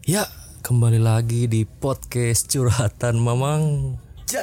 Ya, kembali lagi di podcast curhatan Mamang.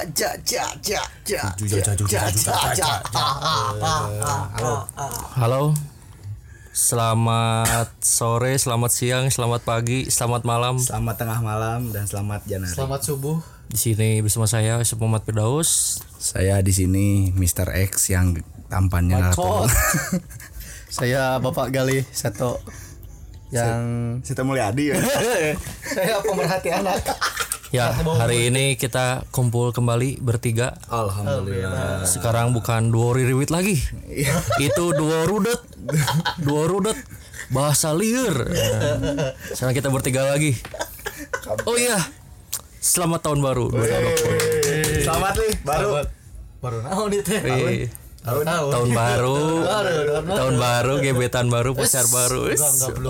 Halo. Selamat sore, selamat siang, selamat pagi, selamat malam. Selamat tengah malam dan selamat Januari. Selamat subuh. Di sini bersama saya Muhammad Firdaus. Saya di sini Mr. X yang tampannya Bacot. Saya Bapak Galih Seto yang Sita Mulyadi ya. saya pemerhati anak. Ya, hari ini kita kumpul kembali bertiga. Alhamdulillah. Sekarang bukan duo ririwit lagi. Itu duo rudet. Bahasa liar. Sekarang kita bertiga lagi. Oh iya. Selamat tahun baru 2020. Selamat nih Baru naon itu. Tahun baru, gebetan baru, pacar baru. Belum.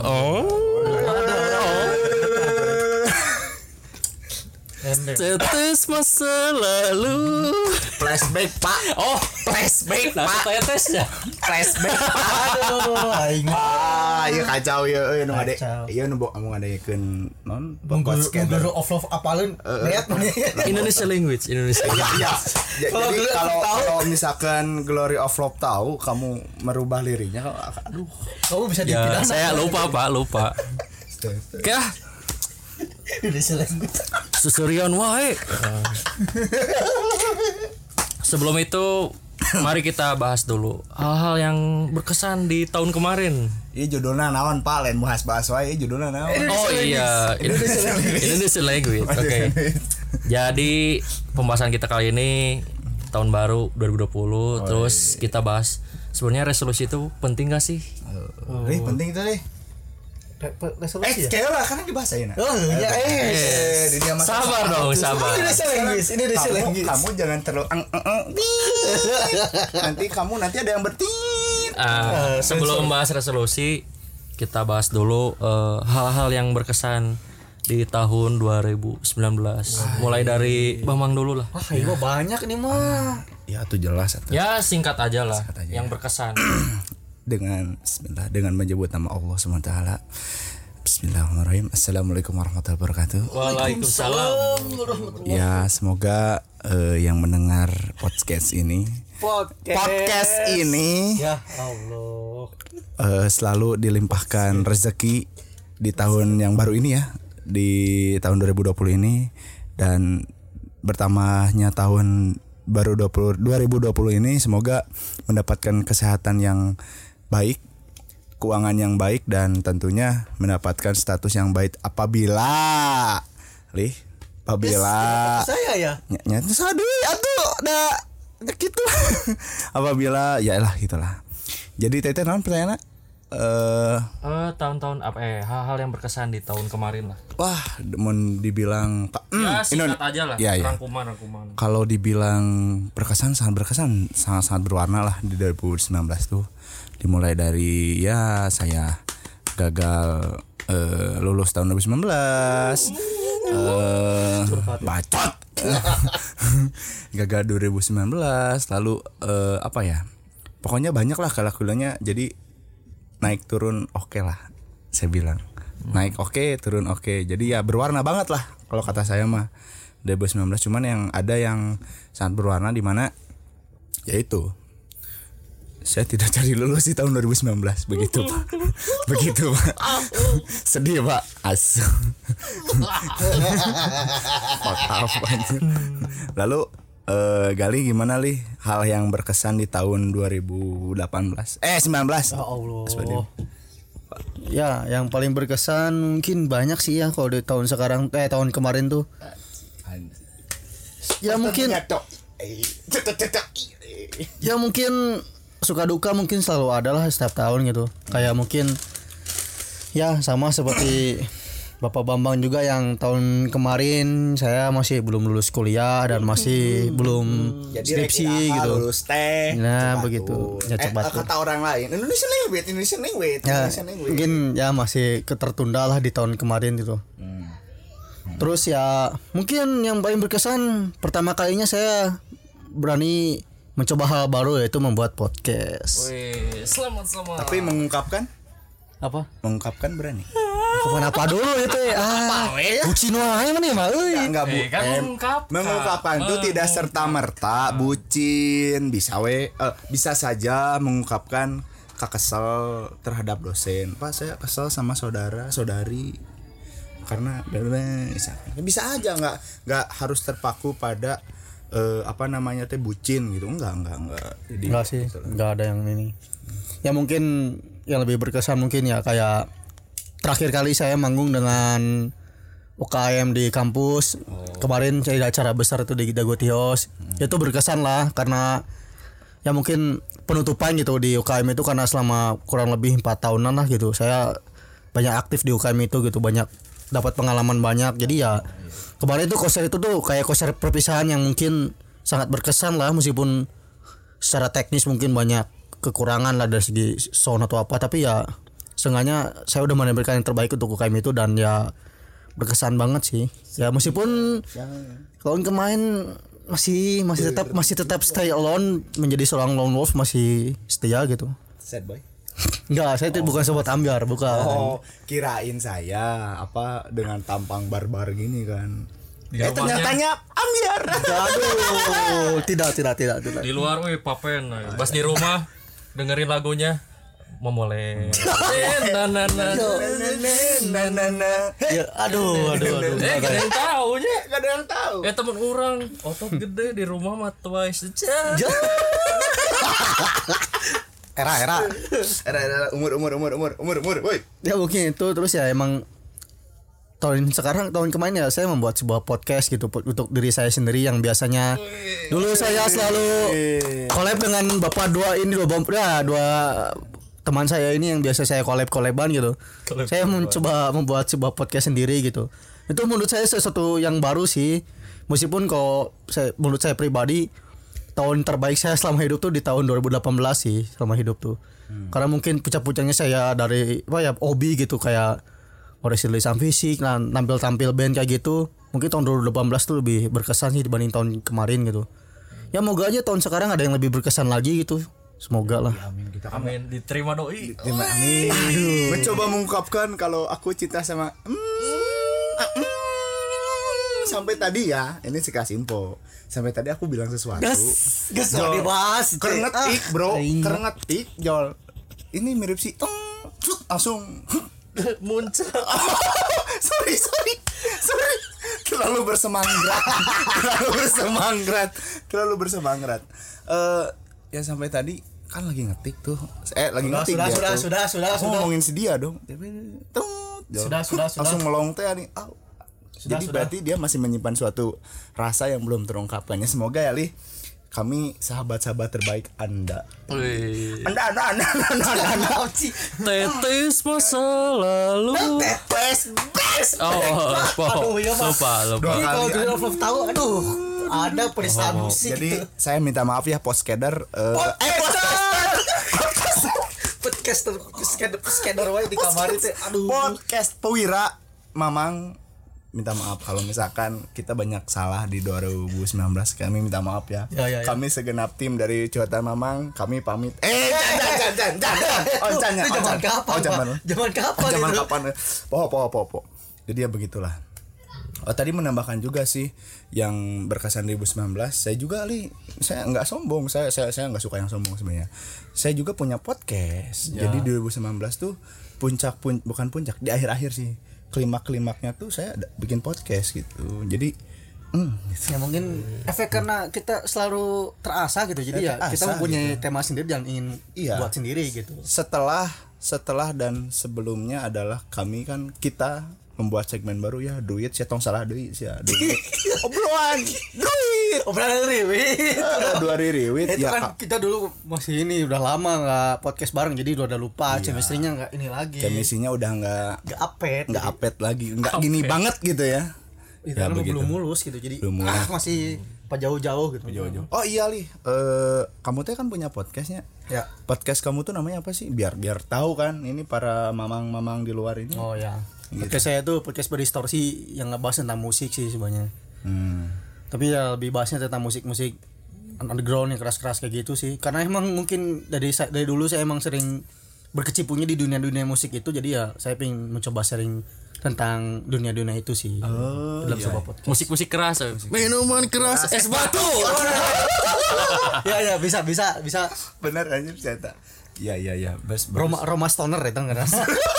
Tetes masa lalu. flashback Pak. Oh, flashback Pak. Tetes ya. Flashback. Aduh, aing. Iya kacau ya euy nu ngade. Kacau. Ieu nu ngadekeun non Guru of love apalin lihat mana. Indonesia language, Indonesia. Iya. Kalau Jadi Glory of Love kalau misalkan Glory of Love tahu kamu merubah liriknya aduh. Kamu bisa Ya, dipidana. saya lupa Pak, lupa. Kah, Indonesia language. susurian wae. Sebelum itu, mari kita bahas dulu hal-hal yang berkesan di tahun kemarin. Ieu judulna naon Pak? Lain bahas wae judulna naon? Oh iya, Indonesia language. Oke. Jadi pembahasan kita kali ini tahun baru 2020. Terus kita bahas sebenarnya resolusi itu penting gak sih? Penting itu deh. Resolusi ya? Kayak lah karena dibahas aja. Oh iya, dunia masa Sabar dong, sabar. Indonesia language. Kamu jangan terlalu nanti ada yang bertit. Sebelum membahas resolusi, kita bahas dulu hal-hal yang berkesan di tahun 2019. Mulai dari Bambang dulu lah. Wah, ini mah banyak nih mah. Ya itu jelas atau Ya singkat aja lah Singkat aja. yang berkesan. dengan bismillah dengan menyebut nama Allah SWT. Bismillahirrahmanirrahim. Assalamualaikum warahmatullahi wabarakatuh. Waalaikumsalam. Ya semoga yang mendengar podcast ini Ya Allah. Selalu dilimpahkan rezeki di tahun yang baru ini ya, di tahun 2020 ini, dan bertambahnya tahun baru 2020 ini semoga mendapatkan kesehatan yang baik, keuangan yang baik, dan tentunya mendapatkan status yang baik apabila Saya ya. nyata sadui atuh da gitu. Apabila ya lah gitulah. Jadi teteh naon pertanyaan? Tahun-tahun apa hal-hal yang berkesan di tahun kemarin lah. Wah, mau dibilang Ya singkat aja lah. Ya. Rangkuman. Kalau dibilang sangat berkesan, sangat berwarna lah di 2019 tuh. Dimulai dari ya saya gagal lulus tahun 2019. Bacot. Gagal 2019, lalu apa ya? Pokoknya banyak lah kalkulanya, jadi naik turun oke lah saya bilang. Naik oke, turun oke. Jadi ya berwarna banget lah kalau kata saya mah 2019. Cuman yang ada yang sangat berwarna di mana yaitu saya tidak cari lulus di tahun 2019. Begitu Pak. Begitu Pak. Sedih Pak. Maaf. Lalu Gali gimana Li hal yang berkesan di tahun 2019 19 Ya Allah. Ya, yang paling berkesan mungkin banyak sih ya kalau di tahun sekarang tahun kemarin tuh. Ya mungkin suka duka mungkin selalu ada lah setiap tahun gitu. Kayak mungkin ya sama seperti Bapak Bambang juga yang tahun kemarin saya masih belum lulus kuliah dan masih belum skripsi gitu. Lulus teh. Nah, begitu. Ya cepat. Kata orang lain Indonesian language. Ya, mungkin ya masih ketertunda lah di tahun kemarin gitu. Terus ya mungkin yang paling berkesan pertama kalinya saya berani mencoba hal baru, yaitu membuat podcast. Wih, selamat. Tapi mengungkapkan Apa? berani. Kenapa dulu itu bucin wae mana ya mah euy. Enggak kan mengungkapkan tuh tidak serta merta bucin, bisa saja mengungkapkan kesel terhadap dosen. Pak, saya kesel sama saudari karena bisa aja, nggak harus terpaku pada bucin gitu. Enggak. Jadi Enggak sih, enggak ada yang ini. Ya mungkin yang lebih berkesan mungkin ya kayak terakhir kali saya manggung dengan UKM di kampus. Kemarin saya ada acara besar itu di Dagotios. Itu berkesan lah karena ya mungkin penutupan gitu di UKM itu karena selama kurang lebih 4 tahunan lah gitu. Saya banyak aktif di UKM itu gitu, banyak dapat pengalaman banyak. Jadi ya kemarin tuh konser itu tuh kayak konser perpisahan yang mungkin sangat berkesan lah, meskipun secara teknis mungkin banyak kekurangan lah dari segi sound atau apa, tapi ya seenggaknya saya udah menampilkan yang terbaik untuk UKM itu dan ya berkesan banget sih. Ya meskipun tahun kemarin masih tetap stay alone, menjadi seorang lone wolf, masih setia gitu. Sad boy. Enggak, saya bukan sobat ambiar, bukan. Oh, kirain saya dengan tampang barbar gini kan. Ternyatanya ambiar. Aduh, tidak. Di luar papen. Pas di rumah dengerin lagunya memoleh. Ya, aduh. Gak ada yang tahu nya. Gak ada yang tahu. Temen orang otot gede di rumah mah twice aja. Era umur woi. Ya mungkin itu, terus ya emang tahun kemarin ya saya membuat sebuah podcast gitu untuk diri saya sendiri yang biasanya dulu saya selalu collab dengan dua teman saya ini yang biasa saya collab-collaban gitu. Saya mencoba membuat sebuah podcast sendiri gitu. Itu menurut saya sesuatu yang baru sih. Meskipun menurut saya pribadi tahun terbaik saya selama hidup tuh di tahun 2018 sih selama hidup tuh. Karena mungkin puncak-puncaknya saya dari hobi gitu, kayak orasi tulisan fisik, tampil band kayak gitu. Mungkin tahun 2018 tuh lebih berkesan sih dibanding tahun kemarin gitu. Ya moga aja tahun sekarang ada yang lebih berkesan lagi gitu. Semoga lah. Amin, diterima doi. Amin. Mencoba mengungkapkan kalau aku cinta sama sampai tadi ya, ini sih kasih info. Sampai tadi aku bilang sesuatu. Gas dibahas. Kerengetik, bro. Kerengetik, Jol. Ini mirip si langsung muncul. Sorry. Terlalu bersemangat. Ya sampai tadi kan lagi ngetik tuh. Sudah. Ngomongin si dia dong. Sudah. Langsung ngelong teh nih. Jadi berarti dia masih menyimpan suatu rasa yang belum terungkapkannya. Semoga ya, Li, kami sahabat-sahabat terbaik Anda. Anda. Tetes masa lalu. Tetes. Lupa. Kalau Green of Love tahu, ada penistaan musik. Jadi saya minta maaf ya podcaster. Podcaster wae di kamar itu. Podcast Pewira Mamang, minta maaf kalau misalkan kita banyak salah di 2019. Kami minta maaf ya. Kami segenap tim dari Cuatan Mamang, kami pamit. Zaman kapan? Po. Jadi ya begitulah. Tadi menambahkan juga sih yang berkesan 2019. Saya juga saya nggak sombong. Saya nggak suka yang sombong sebenarnya. Saya juga punya podcast. Jadi 2019 tuh bukan puncak, di akhir-akhir sih. Klimaknya tuh saya bikin podcast gitu. Jadi ya mungkin efek karena kita selalu terasa gitu. Jadi ya kita mempunyai tema sendiri dan ingin buat sendiri gitu. Setelah dan sebelumnya adalah kita membuat segmen baru ya, duit sih, tong salah duit sih ya. Obrolan riwit. Itu kan kita dulu masih udah lama nggak podcast bareng, jadi udah lupa chemistry-nya nggak ini lagi. Chemistry-nya udah nggak update lagi, nggak gini banget gitu ya. Ya belum mulus gitu, jadi masih jauh-jauh gitu. Oh iya, Li, kamu tuh kan punya podcastnya. Ya. Podcast kamu tuh namanya apa sih? Biar tahu kan ini para mamang di luar ini. Oh ya. Gitu. Podcast saya tuh podcast berdistorsi yang ngebahas tentang musik sih sebenarnya. Tapi ya lebih bahasnya tentang musik underground yang keras-keras kayak gitu sih. Karena emang mungkin dari dulu saya emang sering berkecimpungnya di dunia musik itu, jadi ya saya pengen mencoba sharing tentang dunia itu sih dalam sebuah podcast. Musik keras, minuman keras, es batu. Ya bisa Bener anjir ternyata. Iya. Roma Stoner itu ngeras.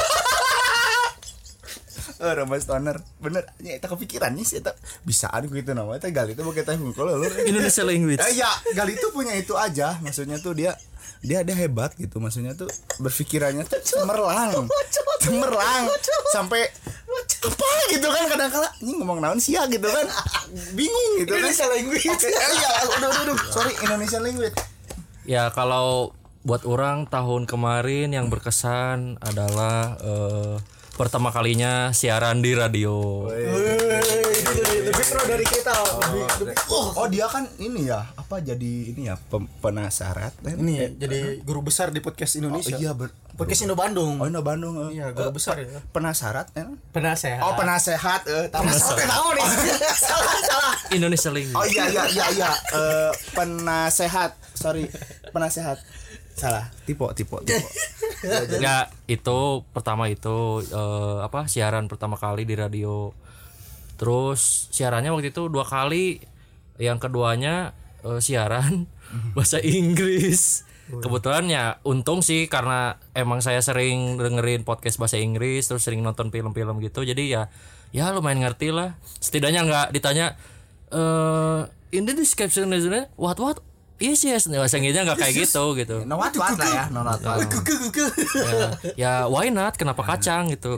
Roma Stoner. Bener. Ya eta kepikiran nih sih eta bisaan gitu nama eta Gali itu pakai teh hungkul lur. Indonesia language. Ya Gali itu punya itu aja. Maksudnya tuh dia hebat gitu. Maksudnya tuh berpikirannya tuh cemerlang sampai apa gitu kan kadang-kala ini ngomong naon sia gitu kan. Bingung gitu kan. Indonesia language. Iya, aduh. Sorry, Indonesia language. Ya kalau buat orang tahun kemarin yang berkesan adalah pertama kalinya siaran di radio. Lebih pro dari kita. Oh dia kan ini ya jadi ini ya penasaran. Ini jadi guru besar di podcast Indonesia. Oh iya podcast Indo Bandung. Oh Indo Bandung. Iya guru besar ya. Penasaran ya. Penasehat. Oh penasehat. Penasehat tahu nih. Salah. Indonesia language. Oh iya. Penasehat. Sorry. Penasehat. Salah. Tipe. Enggak, itu pertama itu siaran pertama kali di radio. Terus siarannya waktu itu 2 kali. Yang keduanya siaran bahasa Inggris. Kebetulan ya untung sih karena emang saya sering dengerin podcast bahasa Inggris, terus sering nonton film-film gitu. Jadi ya lumayan ngerti lah. Setidaknya enggak ditanya in the description what yes bahasa Inggrisnya nggak kayak gitu. No what lah ya. No what. Ya why not, kenapa kacang gitu.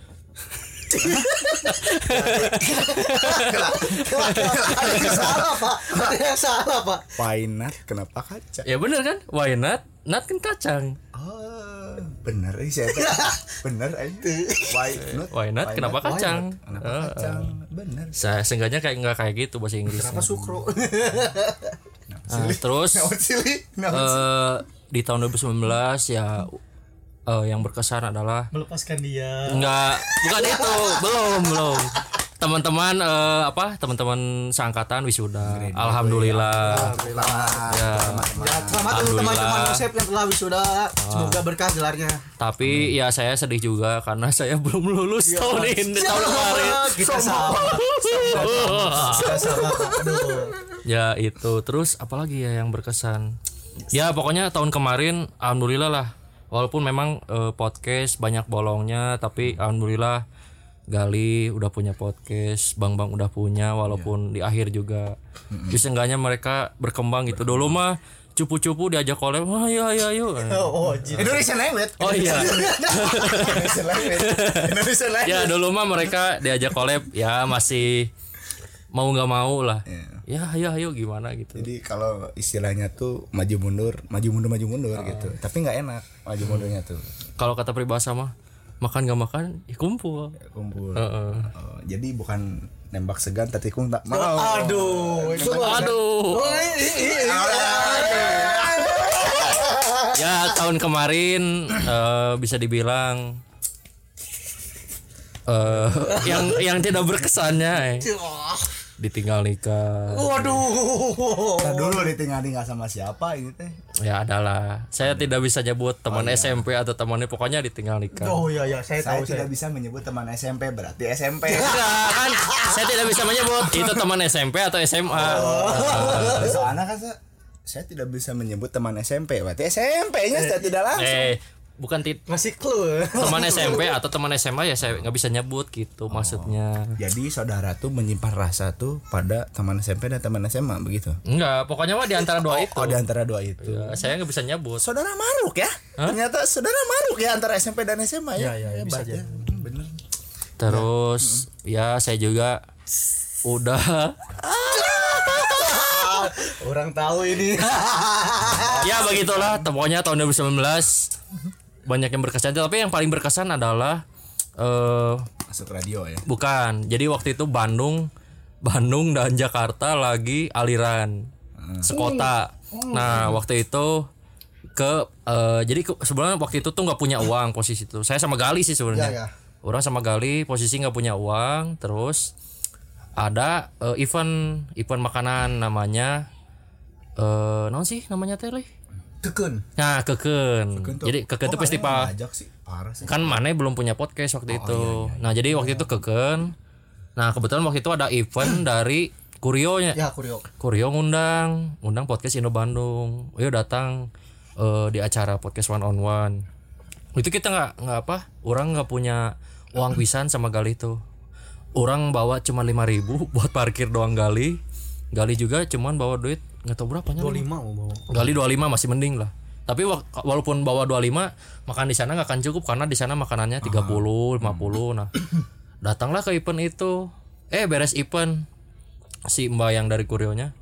Ada yang salah pak. Why not kenapa kacang? Ya bener kan, why not kan kacang. Oh bener saya bener aja. Why not kenapa kacang. Kenapa kacang? Bener. Saya seenggaknya kayak nggak kayak gitu bahasa Inggris. Kenapa sukro? Terus di tahun 2019 ya yang berkesan adalah Melepaskan dia. bukan itu, belum. Teman-teman teman-teman seangkatan wisuda. Alhamdulillah. Ya, Selamat untuk teman-teman Yosep yang telah wisuda. Semoga berkah gelarnya. Tapi ya saya sedih juga karena saya belum lulus tahun kemarin. Kita sama. Aduh. Ya itu. Terus apalagi ya yang berkesan? Ya pokoknya tahun kemarin alhamdulillah lah. Walaupun memang podcast banyak bolongnya, tapi alhamdulillah Gali udah punya podcast, Bang udah punya, walaupun di akhir juga. Jadi seenggaknya mereka berkembang gitu. Dulu mah cupu-cupu diajak collab, ayo. Indonesia language. Oh iya. Indonesia language. Ya dulu mah mereka diajak collab ya masih mau nggak mau lah. Ya ayo gimana gitu. Jadi kalau istilahnya tuh maju mundur gitu. Tapi nggak enak maju mundurnya tuh. Kalau kata peribahasa mah makan nggak makan ya kumpul. Jadi bukan nembak segan tapi tikung tak mau. Aduh. Ya tahun kemarin bisa dibilang yang tidak berkesannya ditinggal nikah. Waduh. Nah dulu ditinggal nikah sama siapa ini teh? Ya adalah. Saya tidak bisa nyebut teman SMP atau temannya, pokoknya ditinggal nikah. Oh iya saya tahu. Saya tidak bisa menyebut teman SMP, berarti SMP. Enggak kan? Saya tidak bisa menyebut itu teman SMP atau SMA. Soalnya kan saya tidak bisa menyebut teman SMP, berarti SMP-nya saya tidak langsung. Bukan ngasih clue. Teman SMP atau teman SMA ya saya nggak bisa nyebut gitu maksudnya. Jadi saudara tuh menyimpan rasa tuh pada teman SMP dan teman SMA begitu? Enggak, pokoknya mah di antara dua itu. Oh di antara dua itu. Ya, saya nggak bisa nyebut. Saudara maruk ya? Hah? Ternyata saudara maruk ya antara SMP dan SMA ya? Ya bisa aja. Bener. Terus ya saya juga udah orang tahu ini. Ya begitulah, pokoknya tahun 2019 banyak yang berkesan, tapi yang paling berkesan adalah masuk radio ya. Bukan. Jadi waktu itu Bandung dan Jakarta lagi aliran sekota. Nah, waktu itu sebenarnya waktu itu tuh nggak punya uang posisi itu. Saya sama Gali sih sebenarnya. Orang sama Gali posisi nggak punya uang, terus ada event makanan namanya naon sih namanya teh Keken. Nah, Keken. Jadi Keken itu festival. Ngajak sih, parah sih. Kan Mane belum punya podcast waktu itu. Nah, jadi waktu itu Keken. Nah, kebetulan waktu itu ada event dari Kurionya. Ya, Kurio. Kurio ngundang podcast Indo Bandung. Ayo datang di acara podcast one on one. Itu kita nggak orang nggak punya uang pisan sama Gali itu. Orang bawa cuma 5.000 buat parkir doang Gali juga cuman bawa duit nggak tahu berapanya 25 mau bawa. Gali 25 masih mending lah, tapi walaupun bawa 25 makan di sana nggak akan cukup karena di sana makanannya 30 50. Nah datanglah ke event itu, beres event si mbak yang dari Kurionya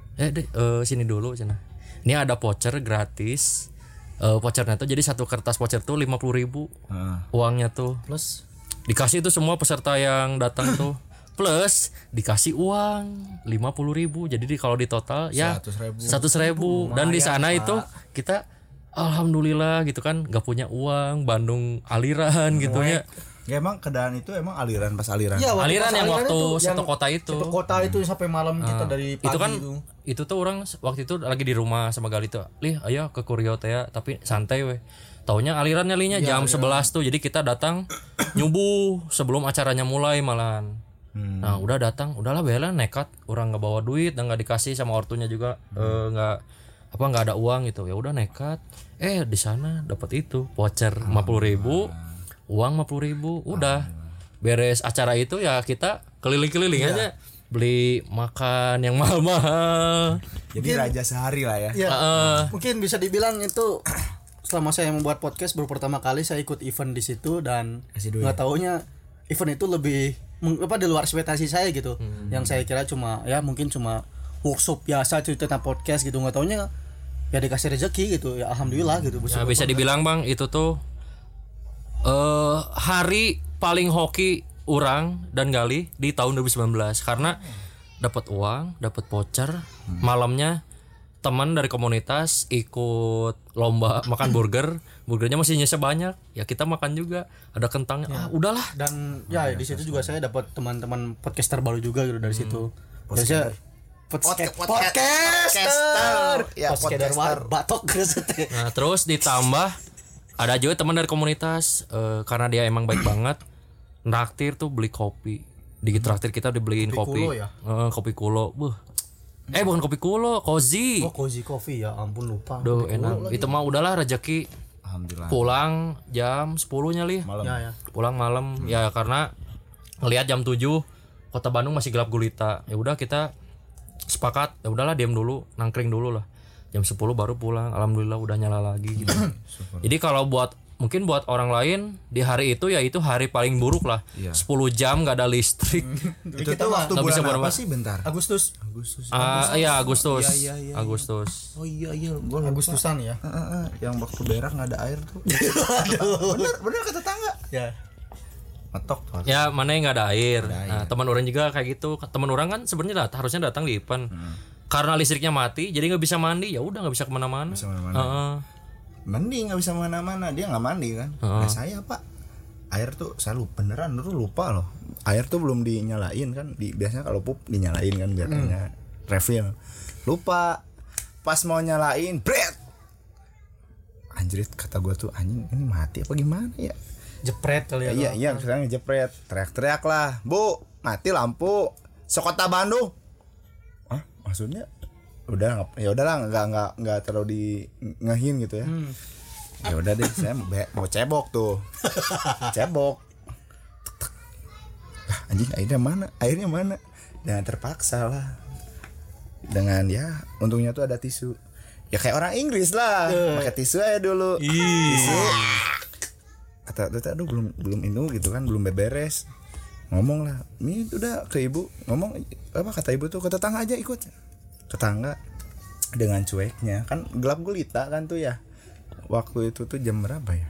sini dulu cina, ini ada voucher gratis. Vouchernya tuh jadi satu kertas voucher tuh 50.000 uangnya tuh, Plus dikasih tuh semua peserta yang datang tuh, plus dikasih uang 50.000. Jadi kalau di total ya 100.000. Dan di sana itu kita alhamdulillah gitu kan nggak punya uang, Bandung aliran gitu ya. Ya emang keadaan itu emang aliran pas aliran. ya, Aliran yang waktu itu, satu kota itu. Satu kota itu sampai malam kita dari pagi Itu kan itu tuh orang waktu itu lagi di rumah sama Gali tuh. Lih, ayo ke Kurio teh ya, tapi santai weh. Taunya aliran nyalinya jam 11 tuh. Jadi kita datang nyubuh sebelum acaranya mulai malahan. Nah, udah datang, udahlah bela nekat, orang nggak bawa duit dan nggak dikasih sama ortunya juga nggak ada uang gitu. Ya udah nekat. Di sana dapat itu voucher 50.000. Uang 50.000, udah beres acara itu ya kita keliling-keliling aja beli makan yang mahal-mahal. Jadi raja sehari lah ya. Ya, mungkin bisa dibilang itu selama saya membuat podcast baru pertama kali saya ikut event di situ dan nggak taunya event itu lebih di luar ekspektasi saya gitu. Yang saya kira mungkin cuma workshop biasa cerita tentang podcast gitu, nggak taunya ya dikasih rezeki gitu ya, alhamdulillah gitu. Ya, bisa dibilang Bang itu tuh hari paling hoki orang dan Gali di tahun 2019 karena dapat uang, dapat voucher, malamnya teman dari komunitas ikut lomba makan burgernya masih nyisa banyak, ya kita makan juga, ada kentangnya, udahlah. Dan ya di situ juga saya dapat teman-teman podcaster baru juga gitu dari situ. Dan saya podcaster batok gitu. Nah, terus ditambah ada juga teman dari komunitas karena dia emang baik banget, traktir tuh beli kopi. Di traktir kita dibeliin kopi. Kulo ya? Kopi kulo. Bukan kopi kulo, Cozy. Oh, Cozy Coffee ya, ampun lupa. Duh, enak. Itu mah udahlah rezeki. Alhamdulillah. Pulang jam 10-nya Lih. Malam. Ya. Pulang malam ya karena ngelihat jam 7 Kota Bandung masih gelap gulita. Ya udah kita sepakat, ya udahlah diam dulu, nangkring dulu lah. Jam 10 baru pulang, alhamdulillah udah nyala lagi gitu. Jadi kalau mungkin buat orang lain di hari itu ya itu hari paling buruk lah. 10 jam nggak ada listrik. Itu kita waktu bulan apa sih bentar? Agustus. Iya Agustus. Iya. Agustus. Oh iya, gua lupa. Agustusan ya. Yang waktu berak nggak ada air tuh. bener kata tetangga. Ya. Ngetok tuh. Ya mana yang nggak ada air. Nah teman orang juga kayak gitu. Teman orang kan sebenarnya harusnya datang di event. Karena listriknya mati, jadi nggak bisa mandi, ya udah nggak bisa kemana-mana. Mending nggak bisa kemana-mana, dia nggak mandi kan. Nah, saya Pak, air tuh saya beneran lupa loh. Air tuh belum dinyalain kan. Biasanya kalau pup dinyalain kan biasanya refill. Lupa, pas mau nyalain, bret. Anjrit kata gue tuh anjing ini mati apa gimana ya? Jepret kali ya. Iya, sekarang jepret. Teriak-teriak lah, Bu, mati lampu. Sekota Bandung. Maksudnya udahlah nggak terlalu di ngehin gitu ya. Ya udah deh saya mau cebok tuh. Cebok. Anjing airnya mana dengan terpaksa lah, dengan ya untungnya tuh ada tisu ya kayak orang Inggris lah, pakai tisu aja dulu. Tisu kata aduh belum ini gitu kan, belum beberes. Ngomong lah, ini udah ke ibu ngomong apa, kata ibu tuh ke tetangga aja ikut ke tangga dengan cueknya kan gelap gulita kan tuh ya. Waktu itu tuh jam berapa ya,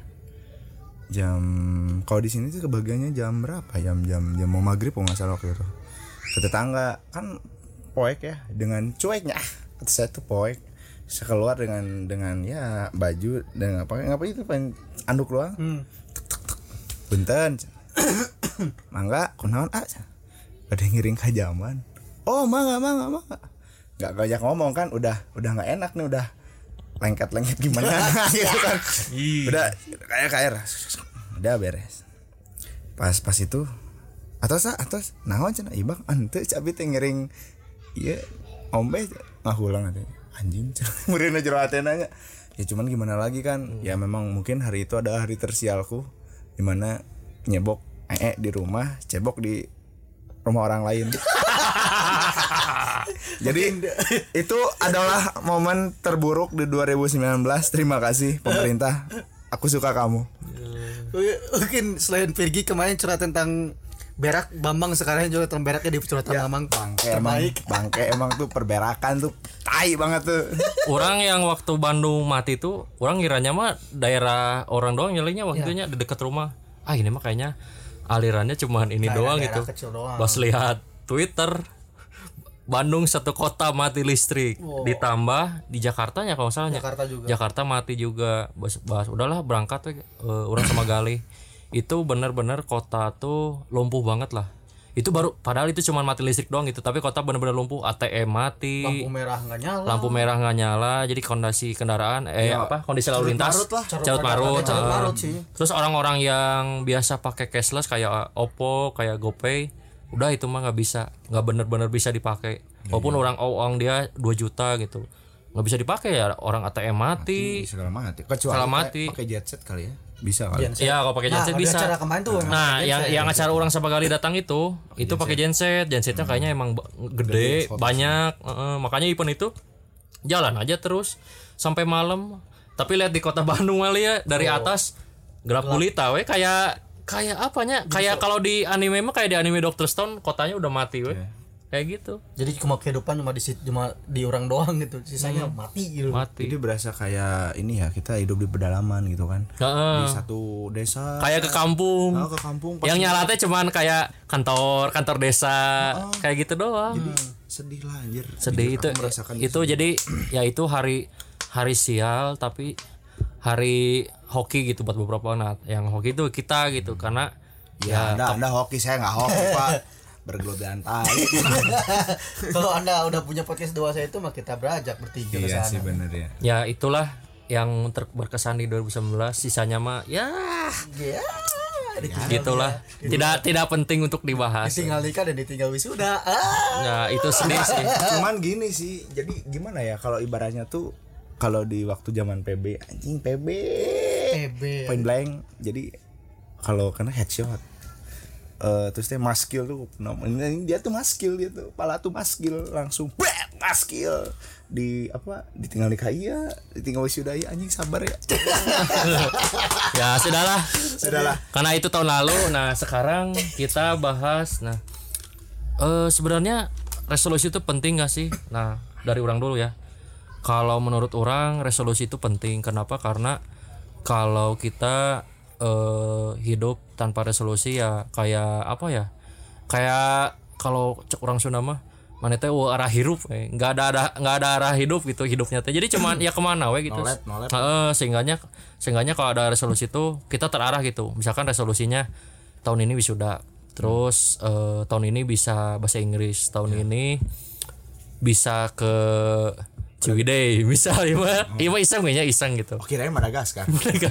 kalau di sini tuh kebagiannya jam berapa, jam mau maghrib nggak salah waktu itu. Ke tetangga kan poek ya dengan cueknya, kata saya tuh poek. Saya keluar dengan ya baju dan ngapa itu anduk doang. Benten mangga kunaon ada ngiring kajaman. Oh mangga nggak ngajak ngomong kan, udah nggak enak nih, lengket gimana gitu kan. Udah kayak udah beres. Pas itu atos naon cenah ibang henteu cabi teh ngering ieu ombe ngahulang teh anjing meureunna jero hatena nya. Ya cuman gimana lagi kan. Ya memang mungkin hari itu adalah hari tersialku di mana nyebok di rumah, cebok di rumah orang lain. Jadi itu adalah momen terburuk di 2019. Terima kasih pemerintah. Aku suka kamu. Mungkin selain Virgi kemarin curhat tentang berak, Bambang sekarang juga tentang beraknya di curhatan Bambang. Bangke emang tuh perberakan tuh tai banget tuh. Orang yang waktu Bandung mati tuh, orang ngiranya mah daerah orang doang nyelinya waktu itunya di dekat rumah. Ini mah kayaknya alirannya cuman ini doang gitu. Pas lihat Twitter, Bandung satu kota mati listrik. Ditambah di Jakartanya kalau salahnya. Jakarta mati juga. Bahas udahlah berangkat orang sama Galih. Itu benar-benar kota tuh lumpuh banget lah. Itu baru padahal itu cuma mati listrik doang gitu, tapi kota benar-benar lumpuh. ATM mati, lampu merah nggak nyala, jadi kondisi kendaraan kondisi lalu lintas carut marut. Terus orang-orang yang biasa pakai cashless kayak Oppo, kayak GoPay, udah itu mah nggak benar-benar bisa dipakai. Walaupun orang dia 2 juta gitu, nggak bisa dipakai ya. Orang ATM mati segala mati. Pakai jet set kali ya. Bisa kan? Iya, kalau pakai genset bisa. Nah, yang acara orang sama kali datang itu pakai genset. Gensetnya kayaknya emang gede, banyak. Makanya event itu jalan aja terus sampai malam. Tapi lihat di kota Bandung kali ya, dari atas gelap gulita we, kayak apanya? Kayak kalau di anime mah kayak di anime Dr. Stone, kotanya udah mati we. Kayak gitu. Jadi cuma kehidupan cuma di orang doang gitu. Sisanya mati gitu. Jadi berasa kayak ini ya, kita hidup di pedalaman gitu kan. Di satu desa. Kayak ke kampung. Yang nyala teh cuman kayak kantor desa. Kayak gitu doang. Jadi sedih lah anjir. Sedih itu jadi ya itu hari sial tapi hari hoki gitu buat beberapa anak. Yang hoki itu kita gitu karena ya Anda hoki, saya enggak hoki, Pak. Bergelodahan tai. Kalau Anda udah punya podcast dewasa itu mah kita berajak bertiga ke sana. Iya sih benar ya. Ya itulah yang berkesan di 2019. Sisanya mah gitulah. Tidak penting untuk dibahas. Ditinggal nikah dan ditinggal wisuda. Nah, itu sedih sih. Cuman gini sih. Jadi gimana ya kalau ibaratnya tuh kalau di waktu zaman PB anjing PB point blank. Jadi kalau kena headshot terus dia maskil tuh dia tuh maskil, dia tuh pala tuh maskil langsung maskil ditinggal nikah ditinggal wisuda anjing sabar ya. Ya sudahlah karena itu tahun lalu. Nah sekarang kita bahas sebenarnya resolusi itu penting gak sih? Nah dari orang dulu ya, kalau menurut orang resolusi itu penting. Kenapa? Karena kalau kita hidup tanpa resolusi ya kayak apa ya, kayak kalau orang Sunda mah mana teh arah hidup nggak ada arah hidup gitu hidupnya teh, jadi cuman ya kemana we gitu. Sehingganya kalau ada resolusi itu kita terarah gitu. Misalkan resolusinya tahun ini wisuda, terus tahun ini bisa bahasa Inggris, tahun ini bisa ke Ciwidey misalnya, iseng gitu. Kirain Madagaskar.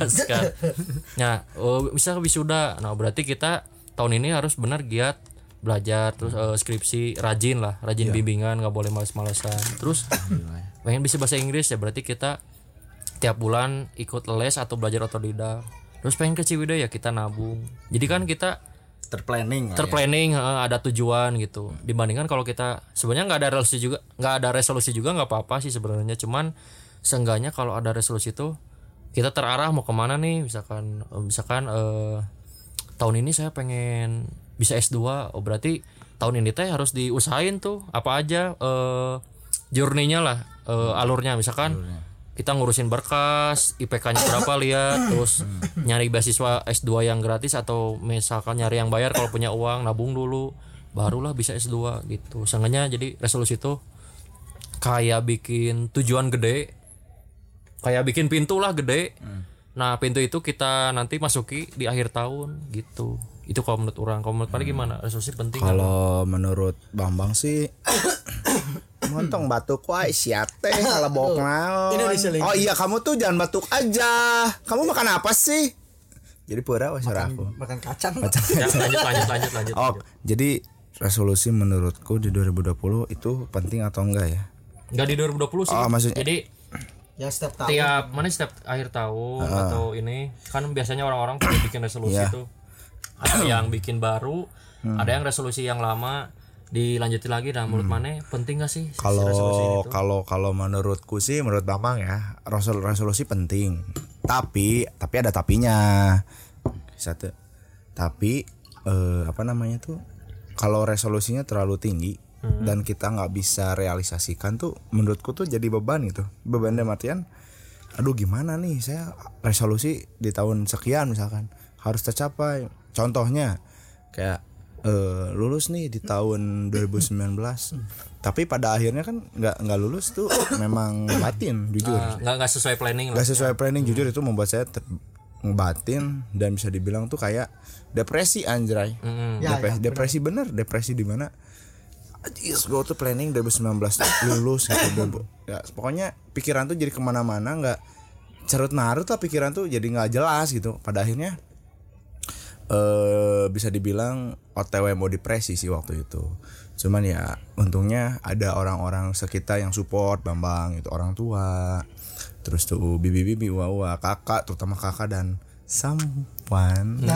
Nah, bisa wisuda. Nah, berarti kita tahun ini harus benar giat belajar, terus skripsi rajin bimbingan, nggak boleh males-malesan. Terus pengen bisa bahasa Inggris ya berarti kita tiap bulan ikut les atau belajar otodidak. Terus pengen ke Ciwidey ya kita nabung. Jadi kan kita terplanning ada tujuan gitu. Dibandingkan kalau kita sebenarnya nggak ada resolusi juga nggak apa-apa sih sebenarnya. Cuman seenggaknya kalau ada resolusi itu kita terarah mau kemana nih. Misalkan tahun ini saya pengen bisa S2. Berarti tahun ini teh harus diusahain tuh apa aja journey-nya lah, alurnya. Misalkan kita ngurusin berkas, IPK-nya berapa lihat, terus nyari beasiswa S2 yang gratis atau misalkan nyari yang bayar kalau punya uang, nabung dulu, barulah bisa S2 gitu. Seenggaknya jadi resolusi itu kayak bikin tujuan gede, kayak bikin pintu lah gede. Nah pintu itu kita nanti masuki di akhir tahun gitu. Itu kalau menurut orang. Kalau menurut mana gimana? Resolusi penting. Kalau menurut Bambang sih Montong batuk wae sia teh kalebok naon. Oh iya kamu tuh jangan batuk aja. Kamu makan apa sih? Jadi pura wes aku. Makan kacang. Lanjut. Oh, jadi resolusi menurutku di 2020 itu penting atau enggak ya? Enggak di 2020 sih. Oh, maksudnya jadi Ya setiap tahun. setiap akhir tahun atau ini kan biasanya orang-orang pada bikin resolusi Iya. itu. Ada yang bikin baru, ada yang resolusi yang lama dilanjutin lagi. Nah, menurut mana penting gak sih resolusi itu? Kalau menurutku sih menurut Bambang ya, resolusi penting. Tapi ada tapinya. Satu. Tapi apa namanya tuh? Kalau resolusinya terlalu tinggi dan kita nggak bisa realisasikan tuh menurutku tuh jadi beban gitu. Beban dalam artian aduh gimana nih saya resolusi di tahun sekian misalkan harus tercapai. Contohnya kayak lulus nih di tahun 2019. Tapi pada akhirnya kan nggak lulus tuh memang batin jujur. Nggak sesuai planning lah. Nggak sesuai planning jujur itu membuat saya batin dan bisa dibilang tuh kayak depresi anjray. Depresi bener, depresi di mana? Yes, gue tuh planning 2019 lulus gitu. Ya, pokoknya pikiran tuh jadi kemana-mana, nggak carut marut lah pikiran tuh jadi nggak jelas gitu. Pada akhirnya bisa dibilang OTW mau depresi sih waktu itu. Cuman ya untungnya ada orang-orang sekitar yang support Bambang itu orang tua. Terus tuh bibi-bibi uwa kakak terutama kakak dan someone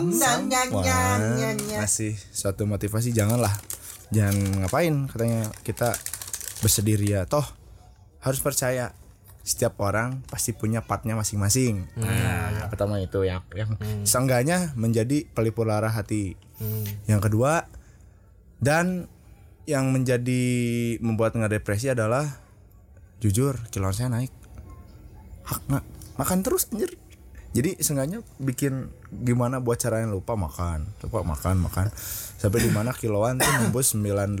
ngasih suatu motivasi jangan ngapain katanya kita bersedih ya toh harus percaya setiap orang pasti punya partnya masing-masing. Nah, pertama itu yang seenggaknya menjadi pelipur lara hati. Yang kedua dan yang menjadi membuat nggak depresi adalah jujur kiloan saya naik. Makan terus anjir. Jadi seenggaknya bikin gimana buat caranya lupa makan sampai di mana kiloan tuh nembus 98.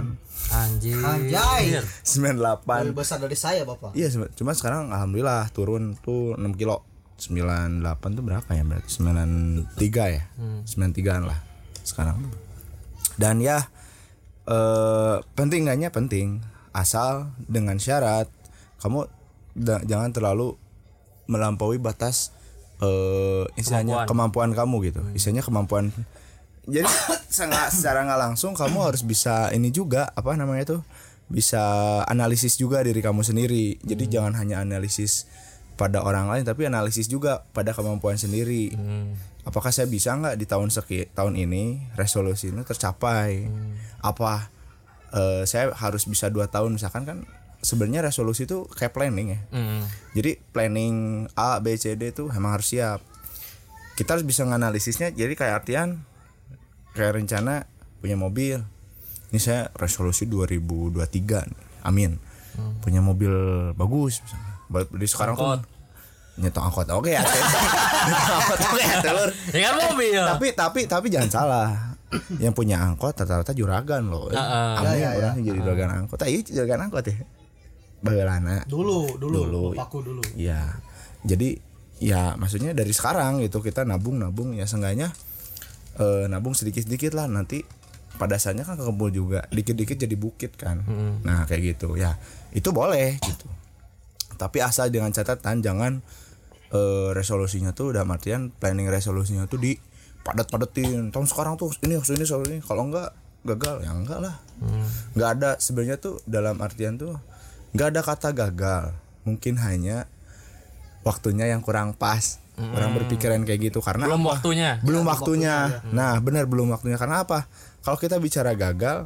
Anjay. 98. Lebih besar dari saya, Bapak. Iya, cuma sekarang alhamdulillah turun tuh 6 kilo. 98 tuh berapa ya berarti? 93 ya. 93-an lah sekarang. Dan ya penting enggaknya penting asal dengan syarat kamu jangan terlalu melampaui batas istilahnya kemampuan kamu gitu. Istilahnya kemampuan. Jadi secara nggak langsung kamu harus bisa ini juga apa namanya tuh bisa analisis juga diri kamu sendiri. Jadi jangan hanya analisis pada orang lain tapi analisis juga pada kemampuan sendiri. Apakah saya bisa nggak di tahun ini resolusi ini tercapai? Apa saya harus bisa 2 tahun misalkan kan sebenarnya resolusi itu kayak planning ya. Jadi planning A, B, C, D itu emang harus siap. Kita harus bisa nganalisisnya. Jadi kayak artian kayak rencana punya mobil. Ini saya resolusi 2023 nih. Amin. Punya mobil bagus misalnya. Di sekarang tuh nyetok angkot. Oke ya. Nyetok angkot oke ya, telur. Dengan mobil. Tapi jangan salah. Yang punya angkot rata-rata juragan loh. Amin orang jadi juragan angkot. Iya juragan angkot ya. Bagelana Dulu bapakku dulu. Iya. Jadi ya maksudnya dari sekarang gitu kita nabung ya seenggaknya nabung sedikit-sedikit lah nanti pada saatnya kan kekumpul juga dikit-dikit jadi bukit kan. Nah kayak gitu ya itu boleh gitu. Tapi asal dengan catatan jangan resolusinya tuh udah artian planning resolusinya tuh di padat-padatin. Tahun sekarang tuh ini kalau enggak gagal ya enggak lah. Enggak ada sebenarnya tuh dalam artian tuh nggak ada kata gagal, mungkin hanya waktunya yang kurang pas. Orang berpikiran kayak gitu karena belum apa? waktunya. Nah benar belum waktunya karena apa? Kalau kita bicara gagal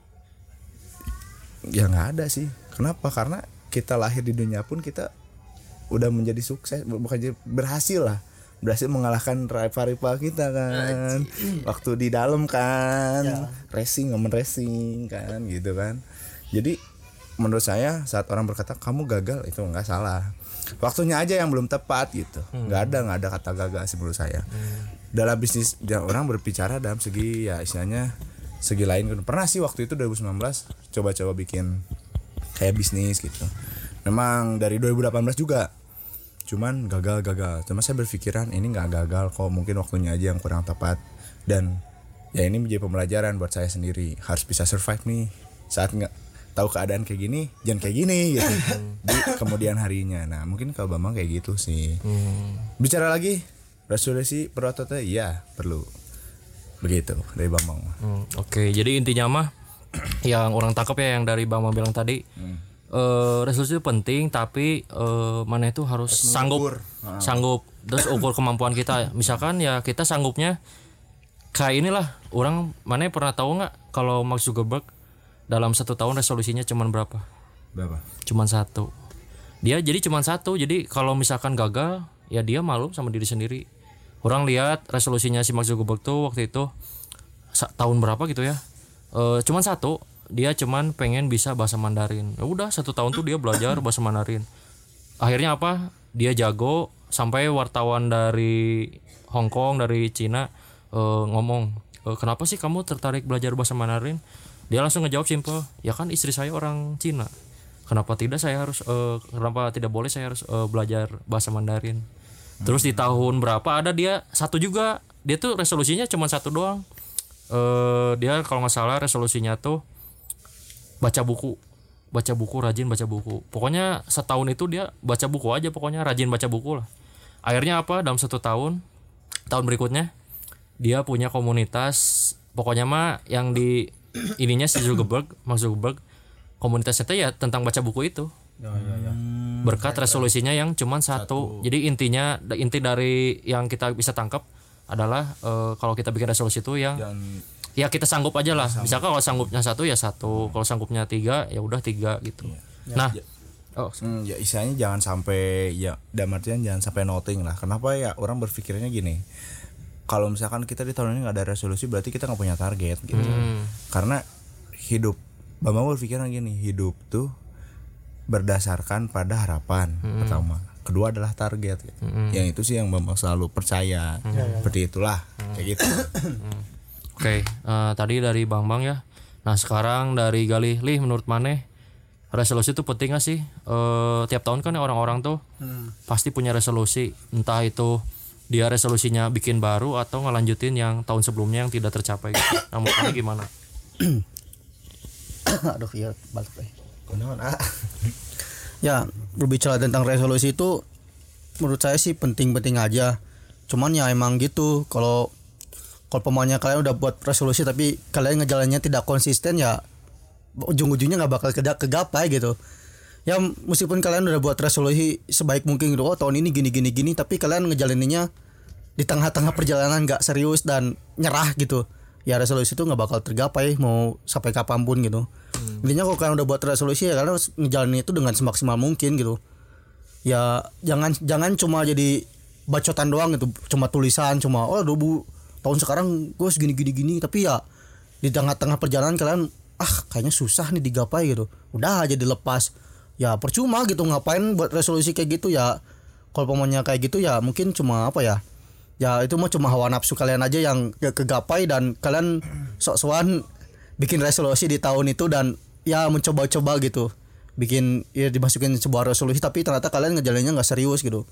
ya nggak ada sih. Kenapa? Karena kita lahir di dunia pun kita udah menjadi sukses, bukan berhasil mengalahkan rival kita kan. Waktu di dalam kan racing kan gitu kan. Jadi menurut saya saat orang berkata kamu gagal itu nggak salah, waktunya aja yang belum tepat gitu. Nggak ada kata gagal sih menurut saya. Dalam bisnis orang berbicara dalam segi ya istilahnya segi lain. Pernah sih waktu itu 2019 coba-coba bikin kayak bisnis gitu. Memang dari 2018 juga cuman gagal. Cuma saya berpikiran ini nggak gagal kok, mungkin waktunya aja yang kurang tepat. Dan ya ini menjadi pembelajaran buat saya sendiri, harus bisa survive nih saat tahu keadaan kayak gini jangan kayak gini gitu di kemudian harinya. Nah mungkin kalau Bambang kayak gitu sih. Bicara lagi resolusi berotot ya perlu begitu dari Bambang. Oke, jadi intinya mah yang orang tangkap ya yang dari Bambang bilang tadi, resolusi itu penting tapi mana itu harus sanggup terus ukur kemampuan kita. Misalkan ya kita sanggupnya kayak inilah, orang mana pernah tahu nggak kalau Mark Zuckerberg dalam 1 tahun resolusinya cuman berapa? Cuman 1. Dia jadi cuman 1. Jadi kalau misalkan gagal ya dia malu sama diri sendiri. Orang lihat resolusinya si Mark Zuckerberg tuh waktu itu tahun berapa gitu ya, cuman 1. Dia cuman pengen bisa bahasa Mandarin. Ya udah 1 tahun tuh dia belajar bahasa Mandarin. Akhirnya apa? Dia jago sampai wartawan dari Hong Kong, dari Cina ngomong, kenapa sih kamu tertarik belajar bahasa Mandarin? Dia langsung ngejawab simple, ya kan istri saya orang Cina. Kenapa tidak boleh saya harus belajar bahasa Mandarin? Terus di tahun berapa ada dia 1 juga. Dia tuh resolusinya cuma 1 doang. Dia kalau nggak salah resolusinya tuh baca buku, rajin baca buku. Pokoknya setahun itu dia baca buku aja, pokoknya rajin baca buku lah. Akhirnya apa? Dalam 1 tahun berikutnya dia punya komunitas. Pokoknya mah yang di ininya si Mark Zuckerberg komunitasnya itu ya tentang baca buku itu. Berkat resolusinya yang cuma 1. Jadi inti dari yang kita bisa tangkap adalah kalau kita bikin resolusi itu yang ya kita sanggup aja lah. Misalkan kalau sanggupnya 1 ya 1, kalau sanggupnya 3 ya udah 3 gitu. Nah, ya istilahnya jangan sampai ya dalam artian jangan sampai nothing lah. Kenapa ya orang berpikirnya gini, kalau misalkan kita di tahun ini nggak ada resolusi berarti kita nggak punya target gitu. Karena hidup, Bambang berpikirnya gini, hidup tuh berdasarkan pada harapan pertama, kedua adalah target gitu. Yang itu sih yang Bambang selalu percaya. Seperti itulah kayak gitu. Oke, tadi dari Bambang ya. Nah sekarang dari Galih, menurut maneh resolusi itu penting gak sih? Tiap tahun kan orang-orang tuh pasti punya resolusi, entah itu dia resolusinya bikin baru atau ngelanjutin yang tahun sebelumnya yang tidak tercapai gitu. Nah menurut maneh gimana? Aduh ya balik deh. Ya berbicara tentang resolusi itu menurut saya sih penting-penting aja. Cuman ya emang gitu, kalau pemainnya kalian udah buat resolusi tapi kalian ngejalannya tidak konsisten ya ujung-ujungnya nggak bakal kegapai gitu. Ya meskipun kalian udah buat resolusi sebaik mungkin gitu, tahun ini gini tapi kalian ngejalaninnya di tengah-tengah perjalanan nggak serius dan nyerah gitu, ya resolusi itu nggak bakal tergapai mau sampai kapanpun gitu. Intinya kalau kalian udah buat resolusi ya kalian harus ngejalanin itu dengan semaksimal mungkin gitu. Ya jangan cuma jadi bacotan doang gitu, cuma tulisan, cuma tahun sekarang gue gini tapi ya di tengah-tengah perjalanan kalian kayaknya susah nih digapai gitu, udah aja dilepas. Ya percuma gitu, ngapain buat resolusi kayak gitu ya. Kalau pemainnya kayak gitu ya mungkin cuma ya itu mah cuma hawa nafsu kalian aja yang kegapai, dan kalian sok-sokan bikin resolusi di tahun itu dan ya mencoba-coba gitu, bikin ya dimasukin sebuah resolusi tapi ternyata kalian ngejalannya nggak serius gitu.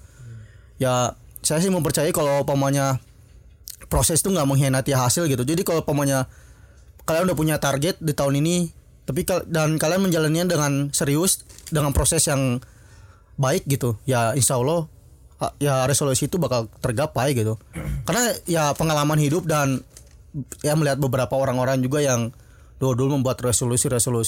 Ya saya sih mempercayai kalau pemainnya proses itu nggak mengkhianati hasil gitu. Jadi kalau pemainnya kalian udah punya target di tahun ini tapi dan kalian menjalannya dengan serius, dengan proses yang baik gitu, ya insya Allah ya resolusi itu bakal tergapai gitu. Karena ya pengalaman hidup dan ya melihat beberapa orang-orang juga yang dulu membuat resolusi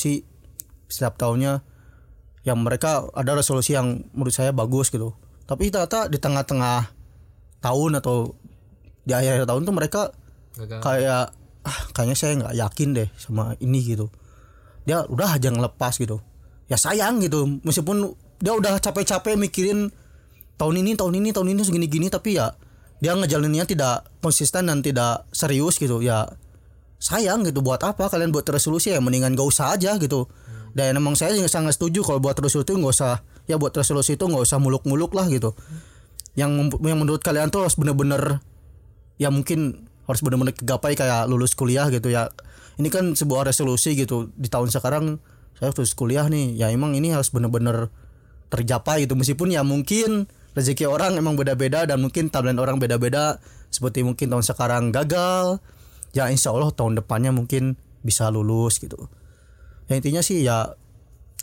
setiap tahunnya, yang mereka ada resolusi yang menurut saya bagus gitu, tapi ternyata di tengah-tengah tahun atau di akhir tahun tuh mereka kayak kayaknya saya nggak yakin deh sama ini gitu. Dia udah aja ngelepas gitu. Ya sayang gitu, meskipun dia udah capek-capek mikirin tahun ini segini-gini, tapi ya dia ngejalaninnya tidak konsisten dan tidak serius gitu. Ya sayang gitu, buat apa kalian buat resolusi, ya mendingan gak usah aja gitu. Dan emang saya sangat setuju kalau buat resolusi itu nggak usah, ya buat resolusi itu nggak usah muluk-muluk lah gitu. Yang menurut kalian tuh harus bener-bener, ya mungkin harus benar-benar kegapai kayak lulus kuliah gitu ya. Ini kan sebuah resolusi gitu, di tahun sekarang saya lulus kuliah nih, ya emang ini harus benar-benar tercapai gitu. Meskipun ya mungkin rezeki orang emang beda-beda dan mungkin timeline orang beda-beda, seperti mungkin tahun sekarang gagal, ya insya Allah tahun depannya mungkin bisa lulus gitu. Ya intinya sih ya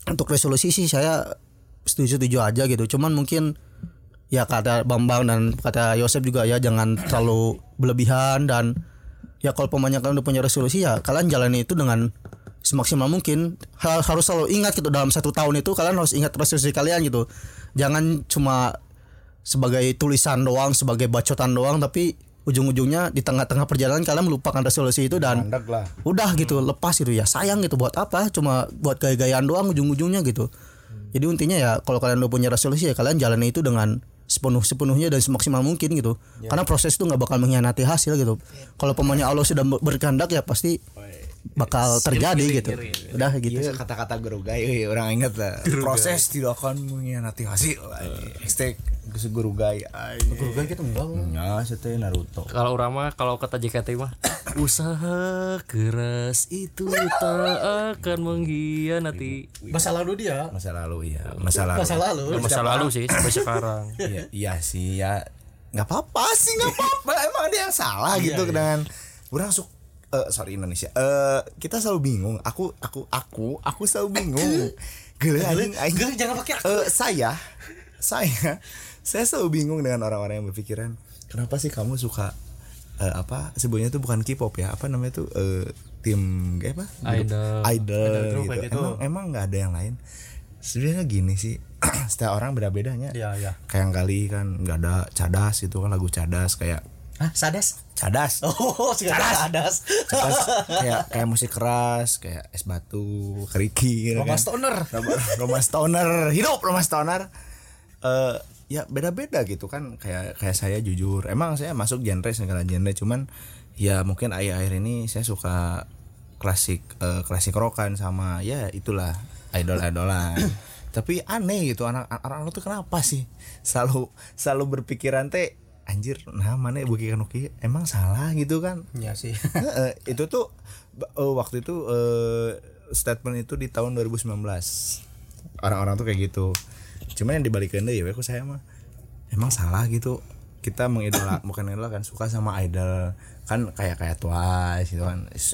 untuk resolusi sih saya setuju aja gitu. Cuman mungkin ya kata Bambang dan kata Yosep juga ya, jangan terlalu berlebihan. Dan ya kalau pemainnya kalian udah punya resolusi, ya kalian jalani itu dengan semaksimal mungkin. Harus selalu ingat gitu, dalam 1 tahun itu kalian harus ingat resolusi kalian gitu. Jangan cuma sebagai tulisan doang, sebagai bacotan doang, tapi ujung-ujungnya di tengah-tengah perjalanan kalian melupakan resolusi itu dan udah gitu, lepas gitu. Ya sayang gitu, buat apa cuma buat gaya-gayaan doang ujung-ujungnya gitu. Jadi intinya ya kalau kalian udah punya resolusi, ya kalian jalani itu dengan sepenuhnya dan semaksimal mungkin gitu. Karena proses itu nggak bakal mengkhianati hasil gitu. Kalau pemainnya Allah sudah berkehendak, ya pasti bakal terjadi gitu. Udah gitu. Iya, kata-kata guru gay orang ingat lah. Proses tidak akan mengkhianati hasil. Hashtag guru gay. Guru gay kita enggak. Nah, saya Naruto. Kalau urang mah kalau kata JKT mah usaha keras itu tak akan mengkhianati. Masa lalu dia. Masa lalu iya. Masa lalu. Masa lalu sih sampai sekarang. Iya sih ya. Enggak apa-apa sih, enggak apa-apa. Emang ada yang salah gitu dengan orang sorry Indonesia. Kita selalu bingung. Aku selalu bingung. Gila jangan pakai aku. Saya selalu bingung dengan orang-orang yang berpikiran, kenapa sih kamu suka sebenarnya itu bukan K-pop ya, apa namanya tuh tim apa? Idol gitu. Emang nggak ada yang lain. Sebenarnya gini sih, setiap orang beda-bedanya. Iya. Kayak yang kali kan nggak ada Cadas itu kan, lagu Cadas kayak Cadas. Oh, Cadas. kayak musik keras, kayak es batu, kerikil, Roma Stoner, hidup Roma Stoner. Ya beda-beda gitu kan. Kayak saya jujur, emang saya masuk segala genre, cuman ya mungkin akhir-akhir ini saya suka klasik rockan sama ya itulah idol-idolan. Tapi aneh gitu, anak-anak tuh kenapa sih selalu berpikiran teh anjir, nah mana bukan oke, emang salah gitu kan. Iya sih. Itu tuh waktu itu statement itu di tahun 2019 orang-orang tuh kayak gitu. Cuman yang dibalikin deh ya aku saya mah emang salah gitu. Kita bukan idola kan, suka sama idol kan, kayak Twice gitu kan. Saya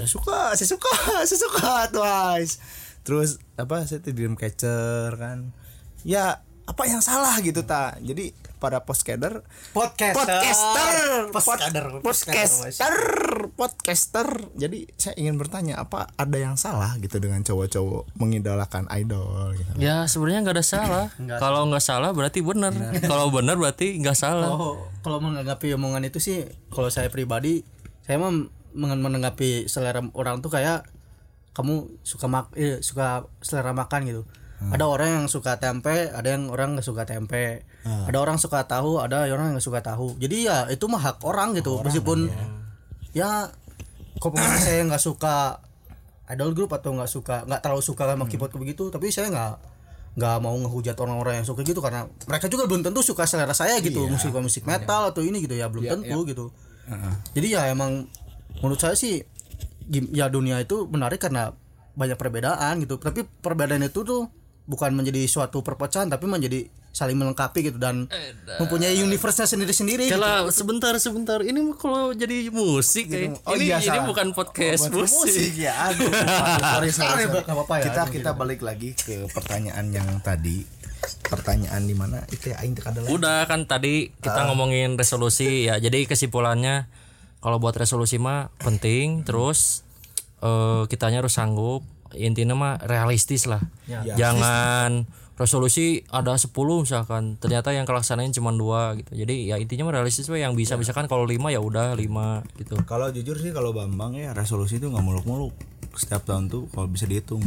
suka Twice. Terus saya Dreamcatcher kan. Ya apa yang salah gitu jadi pada podcaster, jadi saya ingin bertanya, apa ada yang salah gitu dengan cowok-cowok mengidolakan idol gitu? Ya sebenarnya nggak ada salah. Kalau nggak salah berarti benar. Kalau benar berarti nggak salah. Kalau menanggapi omongan itu sih, kalau saya pribadi, saya mah menanggapi selera orang tuh kayak kamu suka selera makan gitu. Ada orang yang suka tempe, ada yang orang nggak suka tempe. Ada orang suka tahu, ada orang yang nggak suka tahu. Jadi ya itu mah hak orang gitu. Meskipun ya kok saya nggak suka idol group atau nggak terlalu suka sama K-pop begitu, tapi saya nggak mau ngehujat orang-orang yang suka gitu, karena mereka juga belum tentu suka selera saya gitu. Musik metal atau ini gitu ya belum tentu gitu. Jadi ya emang menurut saya sih ya dunia itu menarik karena banyak perbedaan gitu. Tapi perbedaan itu tuh bukan menjadi suatu perpecahan, tapi menjadi saling melengkapi gitu dan mempunyai universe-nya sendiri-sendiri. Kalau gitu. sebentar ini kalau jadi musik ini bukan podcast musik. Ya, aduh. Sorry. Kita balik lagi ke pertanyaan yang tadi. Pertanyaan di mana itu ya aing teh kada. Udah kan tadi kita ngomongin resolusi ya. Jadi kesimpulannya kalau buat resolusi mah penting, terus kitanya harus sanggup. Intinya mah realistis lah. Jangan resolusi ada 10 misalkan, ternyata yang kelaksanain cuma 2 gitu. Jadi ya intinya mah realistis mah, yang bisa misalkan kalau 5 ya udah 5 gitu. Kalau jujur sih kalau Bambang ya resolusi itu enggak muluk-muluk. Setiap tahun tuh kalau bisa dihitung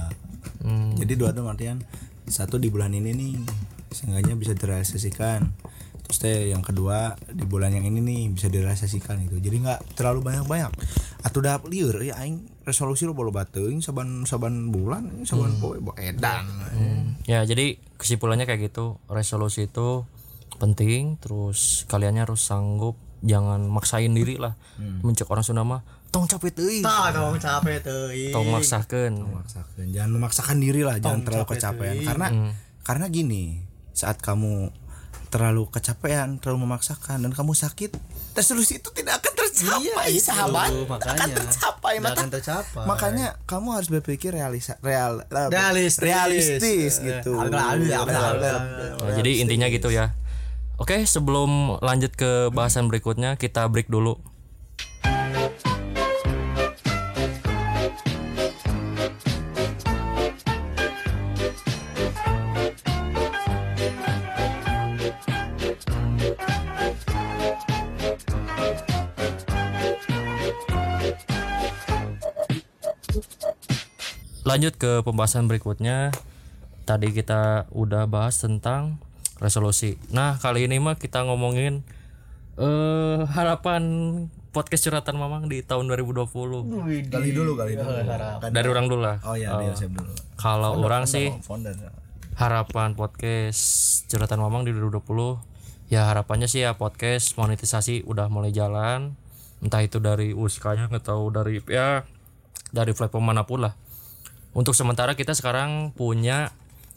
2. Jadi 2 tuh artian 1 di bulan ini nih seenggaknya bisa direalisasikan. Terus yang kedua di bulan yang ini nih bisa direalisasikan gitu. Jadi enggak terlalu banyak-banyak. Atuh dah lieur ya aing resolusi lo bolo bateuing saban bulan, saban poe edan. Ya, jadi kesimpulannya kayak gitu. Resolusi itu penting, terus kaliannya harus sanggup, jangan maksain diri lah. Mencek orang Sunda mah tong capek teuing. Tong maksakeun. Jangan memaksakan diri lah, jangan terlalu kecapean karena gini, saat kamu terlalu kecapean, terlalu memaksakan dan kamu sakit, resolusi itu tidak akan tercapai, itu, sahabat. makanya. Akan tercapai, Nggak akan tercapai. Makanya kamu harus berpikir Realistis gitu. Nah, jadi intinya gitu ya. Oke, sebelum lanjut ke bahasan berikutnya, kita break dulu. Lanjut ke pembahasan berikutnya. Tadi kita udah bahas tentang resolusi. Nah, kali ini mah kita ngomongin harapan podcast Curhatan Mamang di tahun 2020. Kali dulu. Dari orang dulu lah. Oh iya, dari saya dulu. Kalau orang sih Founder. harapan podcast Curhatan Mamang di 2020 ya harapannya sih ya podcast monetisasi udah mulai jalan, entah itu dari USK-nya atau dari ya dari platform manapun lah. Untuk sementara kita sekarang punya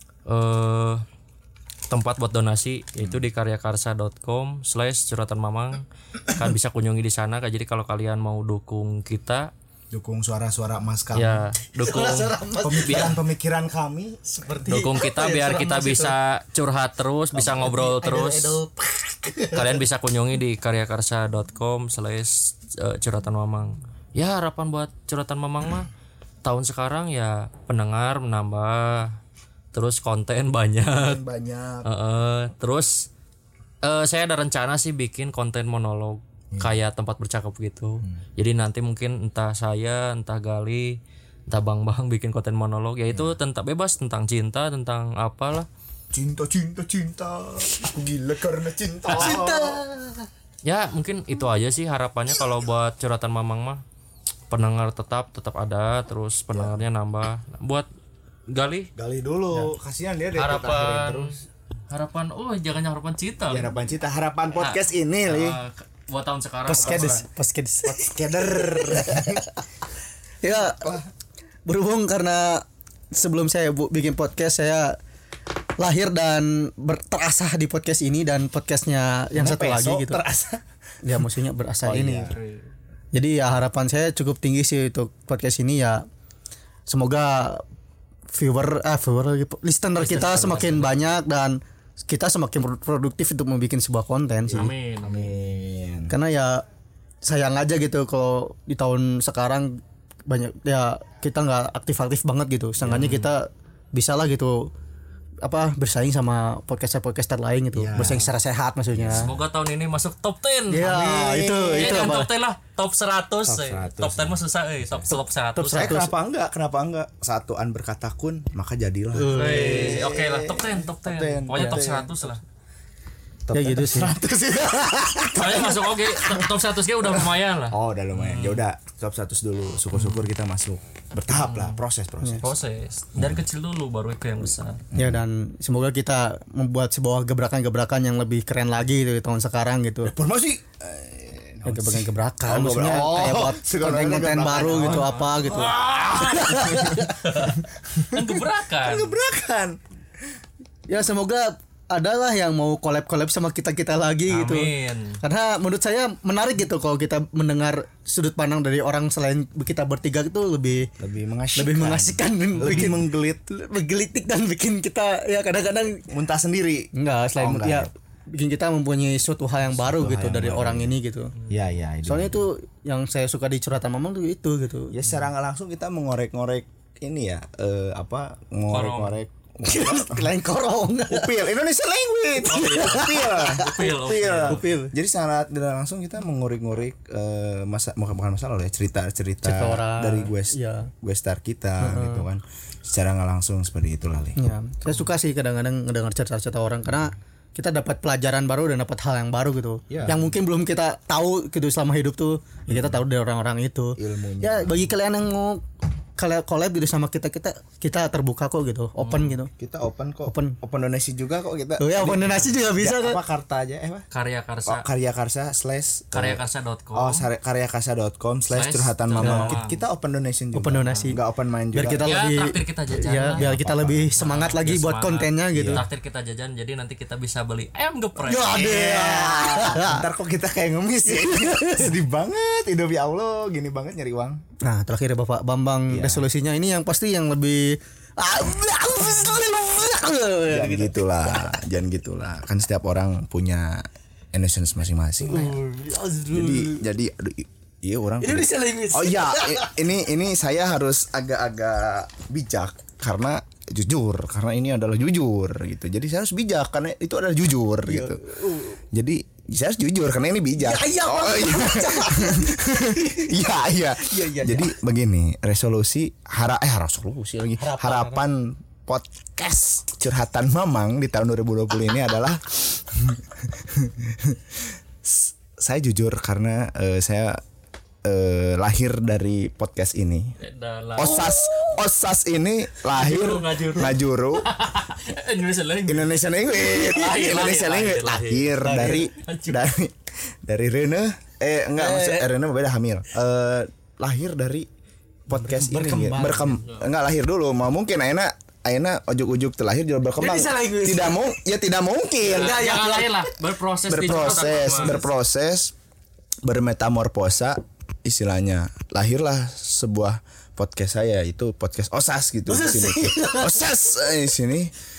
tempat buat donasi yaitu di karyakarsa.com/curhatanmamang. Kan bisa kunjungi di sana. Jadi kalau kalian mau dukung kita, Dukung suara-suara emas kami. ya dukung Pemikiran kami seperti dukung kita biar kita bisa curhat terus, bisa ngobrol terus. Kalian bisa kunjungi di karyakarsa.com/curhatanmamang. Ya harapan buat Curhatan Mamang mah tahun sekarang ya pendengar menambah, terus konten banyak. Terus saya ada rencana sih bikin konten monolog kayak tempat bercakap gitu. Jadi nanti mungkin entah saya, entah Gali, entah Bang bikin konten monolog yaitu tentang bebas, tentang cinta, tentang apalah. Cinta aku gila karena cinta. Ya mungkin itu aja sih harapannya kalau buat Curhatan Mamang mah. Pendengar tetap ada, terus pendengarnya nambah. Buat Gali dulu. Kasihan dia harapan terus. Harapan jangan harapan cinta. Ya, harapan podcast ini li. Buat tahun sekarang. Poskedes. Ya, berhubung karena sebelum saya bikin podcast saya lahir dan terasah di podcast ini dan podcastnya yang satu lagi gitu. Terasa. Ya maksudnya berasa ini. Iya. Jadi ya harapan saya cukup tinggi sih untuk podcast ini ya. Semoga listener kita semakin banyak dan kita semakin produktif untuk membuat sebuah konten sih. Amin. Karena ya sayang aja gitu kalau di tahun sekarang banyak ya kita nggak aktif banget gitu. Seenggaknya kita bisa lah gitu bersaing sama podcaster lain gitu. Bersaing secara sehat maksudnya. Semoga tahun ini masuk top 10. Ya, itu top 10 lah, top 100. Top 10 mah susah top 100. Kenapa enggak? Satuan berkata kun, maka jadilah. Oke lah, top 10. Pokoknya top 100 lah. Ya gitu sih. 100 sih. Kalian masuk top 100 udah lumayan lah. Oh, udah lumayan. Ya udah, top 100 dulu. Syukur-syukur kita masuk. Bertahap lah, proses. Dari kecil dulu baru ke yang besar. Ya dan semoga kita membuat sebuah gebrakan-gebrakan yang lebih keren lagi gitu di tahun sekarang gitu. Reformasi. Gebrakan maksudnya kayak buat konten baru gitu apa gitu. Gebrakan. Ya semoga adalah yang mau collab sama kita lagi gitu. Amin. Karena menurut saya menarik gitu kalau kita mendengar sudut pandang dari orang selain kita bertiga itu lebih mengasihkan, lebih menggelitik dan bikin kita ya kadang-kadang muntah sendiri. Enggak, selain ya bikin kita mempunyai suatu hal yang baru gitu dari orang ini gitu. Iya. Soalnya itu yang saya suka di Curhatan Mamang tuh itu gitu. Ya secara nggak langsung kita mengorek-ngorek ini ya ngorek-ngorek lain korong. Upil Indonesia language. Upil. Jadi sangat tidak langsung kita mengorek-ngorek bukan masalah ya cerita dari gue star kita gitu kan. Secara nggak langsung seperti itu lah. Ya, saya suka sih kadang-kadang mendengar cerita-cerita orang karena kita dapat pelajaran baru dan dapat hal yang baru gitu. Ya. Yang mungkin belum kita tahu gitu selama hidup tuh. Ya kita tahu dari orang-orang itu. Ilmunya. Ya bagi kalian yang mau collab gitu sama kita terbuka kok gitu, open gitu. Kita open kok. Open donasi juga kok kita. Oh ya, open donasi juga bisa kan. Apa karta aja Karya Karsa. karyakarsa/karyakarsa.com. karyakarsa.com. karyakarsa.com/curhatan mamang. Kita open donation juga. Open donasi. Enggak open main juga. Biar kita Ya, lebih traktir kita jajan ya, lah. biar kita lebih semangat lagi buat Semangat. kontennya gitu. Traktir kita jajan, jadi nanti kita bisa beli ayam geprek. Ya deh. Ntar kok kita kayak ngemis ya. Sedih banget hidup, ya Allah, gini banget nyari uang. Nah, terakhir Bapak Bambang, resolusinya ini yang pasti yang lebih Jangan gitulah. Kan setiap orang punya innocence masing-masing. Jadi aduh, iya orang. Oh iya, ini saya harus agak-agak bijak karena ini adalah jujur gitu. Jadi saya harus bijak karena itu adalah jujur gitu. Jadi saya harus jujur karena ini bijak. Iya. Jadi begini, harapan podcast curhatan mamang di tahun 2020 ini adalah saya jujur karena saya lahir dari podcast ini. Osas ini lahir ngajuru Indonesia Language. Lahir dari Rene. Enggak, maksud Rene beda hamil. Lahir dari podcast ini. Enggak lahir dulu, mau mungkin Aina ujuk-ujuk terlahir juga berkembang. Tidak mungkin. Jangan lahir lah, berproses, bermetamorfosa istilahnya. Lahirlah sebuah podcast saya, itu podcast Osas gitu di sini. Osas di sini.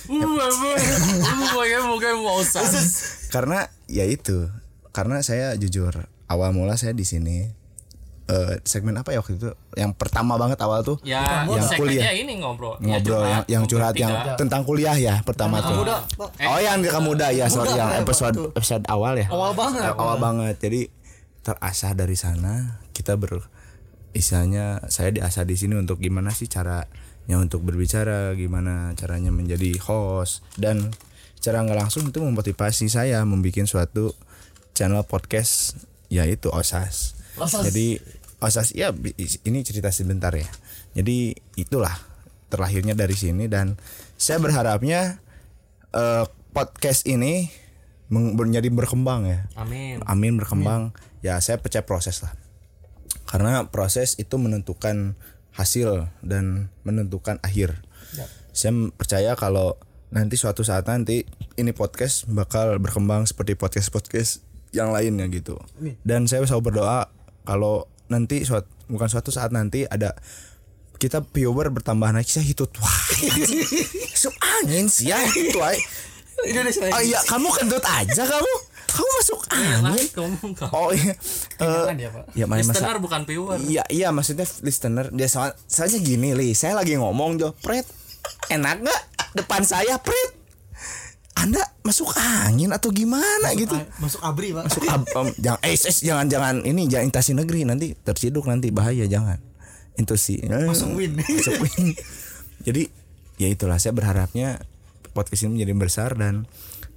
Karena saya jujur, awal mula saya di sini segmen apa ya waktu itu? Yang pertama banget awal tuh ya, yang kuliah. Ini ngobrol yang curhat yang tentang kuliah ya pertama tuh. Yang Kamu Muda ya, sorry, yang episode awal ya. Awal banget. Jadi terasah dari sana kita istilahnya saya diasah di sini untuk gimana sih caranya untuk berbicara, gimana caranya menjadi host, dan secara nggak langsung itu memotivasi saya membuat suatu channel podcast yaitu Osas. Jadi Osas ya, ini cerita sebentar ya. Jadi itulah terlahirnya dari sini, dan saya berharapnya podcast ini menjadi berkembang ya. Amin berkembang. Ya saya percaya proses lah. Karena proses itu menentukan hasil dan menentukan akhir. Saya percaya kalau nanti suatu saat nanti ini podcast bakal berkembang seperti podcast yang lainnya gitu. Dan saya selalu berdoa kalau nanti suatu saat nanti ada kita viewer bertambah naik, saya hitut wah masuk angin sih ya itu iya, kamu kentut aja kamu masuk angin. Oh iya. Ya listener bukan viewer. Iya maksudnya listener. Dia soalnya gini, saya lagi ngomong Pret. Enak enggak depan saya, Pret? Anda masuk angin atau gimana gitu? Masuk abri, Pak. Jangan ini, jangan intasi negeri, nanti terciduk, nanti bahaya, jangan. Intusi. Masuk win. Jadi ya itulah, saya berharapnya podcast ini menjadi besar dan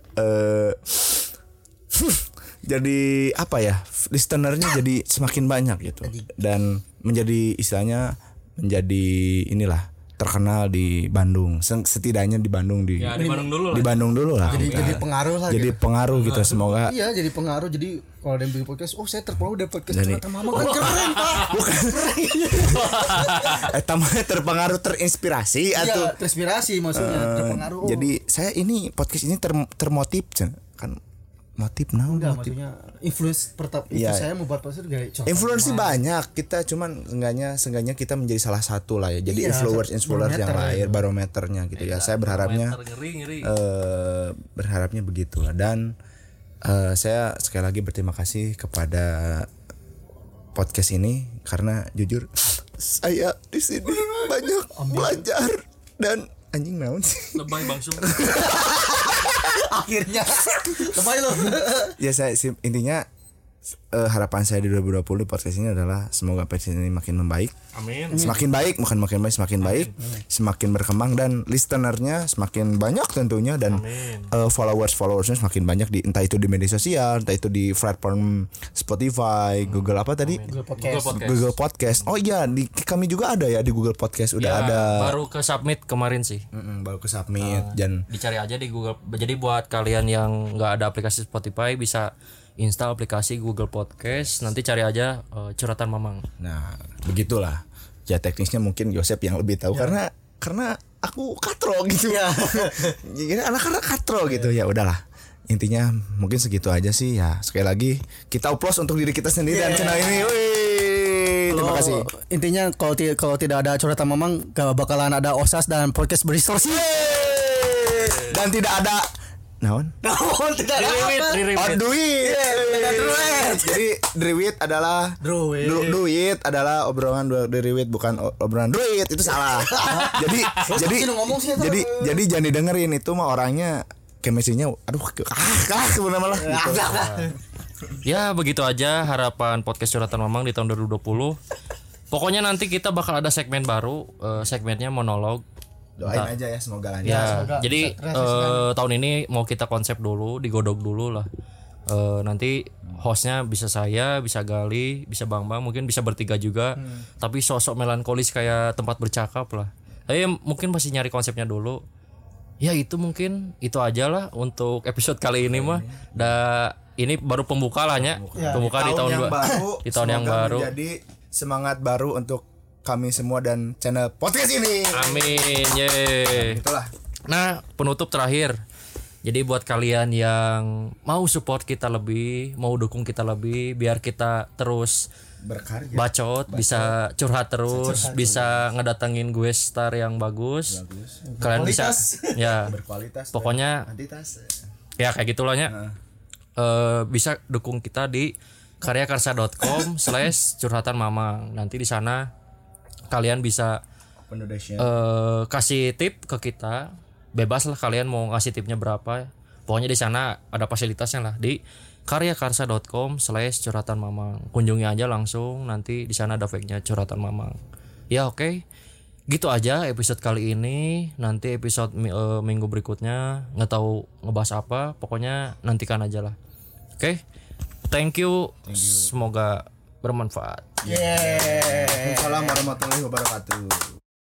jadi apa ya, listenernya jadi semakin banyak gitu, dan menjadi istilahnya menjadi inilah terkenal di Bandung, setidaknya di Bandung di Bandung dulu lah. Jadi pengaruh lah. Jadi gitu. pengaruh gitu semoga. Iya, jadi pengaruh. Jadi kalau ada yang bikin podcast, saya terpengaruh dari podcast cerita mama kan keren, Pak. Bukan. Tamanya terpengaruh, terinspirasi atau terinspirasi maksudnya, terpengaruh. Jadi saya ini podcast ini termotif kan. Motif maksudnya influence saya membuat podcast gak contoh. Influence banyak, kita cuman seenggaknya kita menjadi salah satu lah ya. Jadi influence yang lain, barometernya gitu ya. Saya berharapnya berharapnya begitulah, dan saya sekali lagi berterima kasih kepada podcast ini karena jujur saya di sini banyak belajar dan anjing naon sih. Lebay bangsung. Akhirnya lebay lo. Ya saya intinya harapan saya di 2020 podcast ini adalah semoga podcast ini makin membaik. Amin. Semakin baik, bukan makin baik, semakin baik, semakin berkembang dan listenernya semakin banyak tentunya dan followersnya semakin banyak di entah itu di media sosial, entah itu di platform Spotify, Google apa tadi? Google Podcast. Oh iya, di kami juga ada ya di Google Podcast udah Ya, ada. baru ke submit kemarin sih. Baru ke submit dan Dicari aja di Google. Jadi buat kalian yang nggak ada aplikasi Spotify bisa install aplikasi Google Podcast. Nanti cari aja Curhatan Mamang. nah, begitulah. Ya teknisnya mungkin Yosep yang lebih tahu karena aku katro gitu ya. Jadi anak-anak katro gitu ya udahlah. Intinya mungkin segitu aja sih ya. Sekali lagi kita upload untuk diri kita sendiri dan channel ini. Wih, terima kasih. Intinya kalau tidak ada Curhatan Mamang gak bakalan ada OSAS dan podcast berdistorsi. Dan tidak ada naon? Tidak ada Oh, duit. Jadi duit adalah duit adalah obrolan duit bukan obrolan duit, itu salah. jadi jangan didengerin, itu mah orangnya chemistry-nya aduh sebenarnya malah gitu. Ya begitu aja harapan podcast Curhatan Mamang di tahun 2020. Pokoknya nanti kita bakal ada segmen baru, segmennya monolog. Doain aja ya semoga lancar. Ya, jadi tahun ini mau kita konsep dulu, digodok dulu lah. Nanti hostnya bisa saya, bisa Gali, bisa Bang, mungkin bisa bertiga juga. Tapi sosok melankolis kayak tempat bercakap lah. Tapi mungkin masih nyari konsepnya dulu. Ya itu mungkin itu aja lah untuk episode kali ini mah. Ini baru pembuka lah ya. Pembuka di tahun yang baru. Di tahun yang Semoga baru. menjadi semangat baru untuk kami semua dan channel podcast ini. Amin. Yeay. Itulah. Nah, penutup terakhir. Jadi buat kalian yang mau support kita lebih, mau dukung kita lebih biar kita terus Berkarya. bacot, bisa curhat terus, bisa ngedatengin gue star yang bagus. Kalian bisa ya. Berkualitas. Pokoknya Kuantitas. ya kayak gitulah ya. Bisa dukung kita di karyakarsa.com/curhatan mamang. Nanti di sana kalian bisa kasih tip ke kita. Bebas lah kalian mau ngasih tipnya berapa. Pokoknya di sana ada fasilitasnya lah di karyakarsa.com/curhatan mamang. Kunjungi aja langsung, nanti di sana ada fake-nya Curhatan Mamang. Ya oke. Gitu aja episode kali ini. Nanti episode minggu berikutnya nggak tahu ngebahas apa. Pokoknya nantikan aja lah. Oke. Thank you. Semoga bermanfaat. Assalamualaikum warahmatullahi wabarakatuh.